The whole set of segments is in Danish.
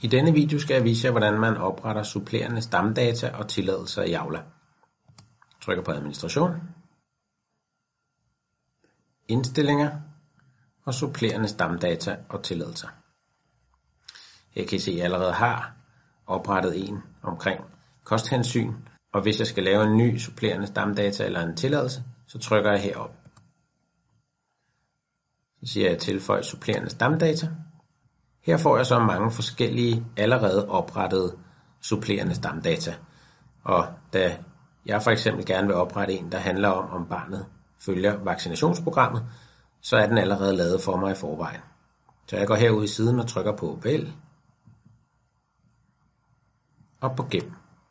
I denne video skal jeg vise jer, hvordan man opretter supplerende stamdata og tilladelser i Aula. Trykker på administration, indstillinger og supplerende stamdata og tilladelser. Her kan I se, at jeg allerede har oprettet en omkring kosthensyn, og hvis jeg skal lave en ny supplerende stamdata eller en tilladelse, så trykker jeg herop. Så siger jeg tilføj supplerende stamdata. Her får jeg så mange forskellige allerede oprettede supplerende stamdata. Og da jeg for eksempel gerne vil oprette en, der handler om barnet følger vaccinationsprogrammet, så er den allerede lavet for mig i forvejen. Så jeg går herud i siden og trykker på vælg og på gem.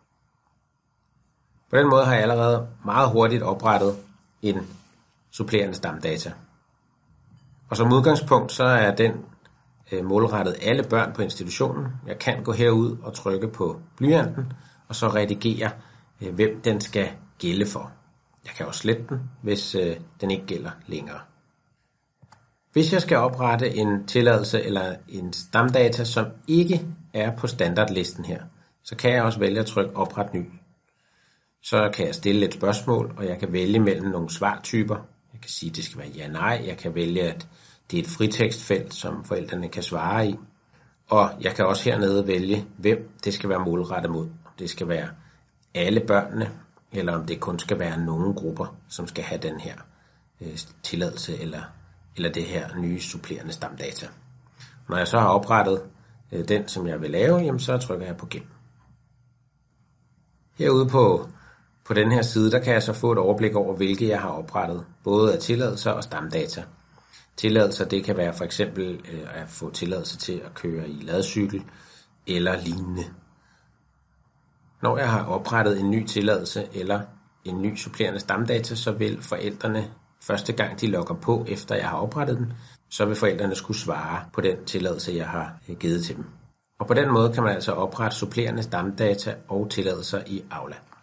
På den måde har jeg allerede meget hurtigt oprettet en supplerende stamdata. Og som udgangspunkt så er den målrettet alle børn på institutionen. Jeg kan gå herud og trykke på blyanten, og så redigere, hvem den skal gælde for. Jeg kan også slette den, hvis den ikke gælder længere. Hvis jeg skal oprette en tilladelse eller en stamdata, som ikke er på standardlisten her, så kan jeg også vælge at trykke opret ny. Så kan jeg stille et spørgsmål, og jeg kan vælge mellem nogle svartyper. Jeg kan sige, at det skal være ja-nej. Jeg kan vælge, at det er et fritekstfelt, som forældrene kan svare i. Og jeg kan også hernede vælge, hvem det skal være målrettet mod. Om det skal være alle børnene, eller om det kun skal være nogle grupper, som skal have den her tilladelse eller det her nye supplerende stamdata. Når jeg så har oprettet den, som jeg vil lave, jamen så trykker jeg på gem. Herude på den her side, der kan jeg så få et overblik over, hvilke jeg har oprettet, både af tilladelser og stamdata. Tilladelser, det kan være for eksempel at få tilladelse til at køre i ladcykel eller lignende. Når jeg har oprettet en ny tilladelse eller en ny supplerende stamdata, så vil forældrene første gang de logger på, efter jeg har oprettet den, så vil forældrene skulle svare på den tilladelse, jeg har givet til dem. Og på den måde kan man altså oprette supplerende stamdata og tilladelser i Aula.